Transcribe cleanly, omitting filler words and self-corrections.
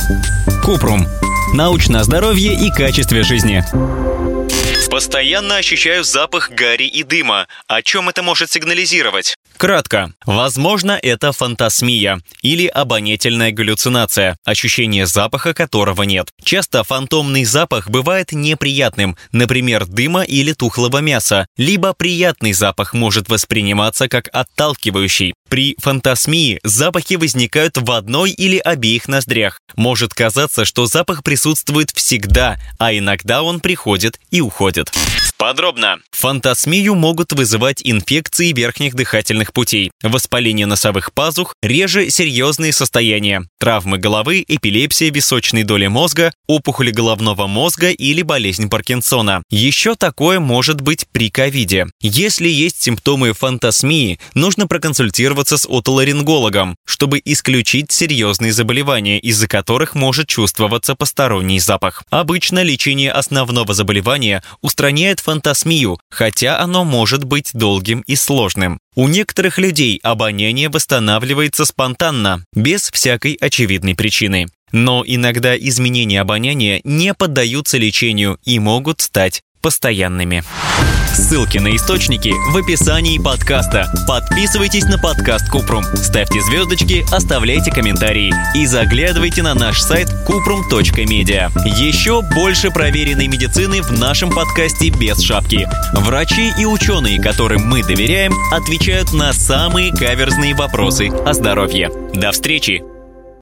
Купрум. Научное здоровье и качестве жизни. Постоянно ощущаю запах гари и дыма. О чем это может сигнализировать? Кратко. Возможно, это фантасмия или обонятельная галлюцинация, ощущение запаха которого нет. Часто фантомный запах бывает неприятным, например, дыма или тухлого мяса, либо приятный запах может восприниматься как отталкивающий. При фантасмии запахи возникают в одной или обеих ноздрях. Может казаться, что запах присутствует всегда, а иногда он приходит и уходит. Подробно. Фантасмию могут вызывать инфекции верхних дыхательных путей, воспаление носовых пазух, реже серьезные состояния, травмы головы, эпилепсия височной доли мозга, опухоли головного мозга или болезнь Паркинсона. Еще такое может быть при ковиде. Если есть симптомы фантасмии, нужно проконсультироваться с отоларингологом, чтобы исключить серьезные заболевания, из-за которых может чувствоваться посторонний запах. Обычно лечение основного заболевания устраняет фантасмию, хотя оно может быть долгим и сложным. У некоторых людей обоняние восстанавливается спонтанно, без всякой очевидной причины. Но иногда изменения обоняния не поддаются лечению и могут стать постоянными. Ссылки на источники в описании подкаста. Подписывайтесь на подкаст Купрум, ставьте звездочки, оставляйте комментарии и заглядывайте на наш сайт kuprum.media. Еще больше проверенной медицины в нашем подкасте без шапки. Врачи и ученые, которым мы доверяем, отвечают на самые каверзные вопросы о здоровье. До встречи!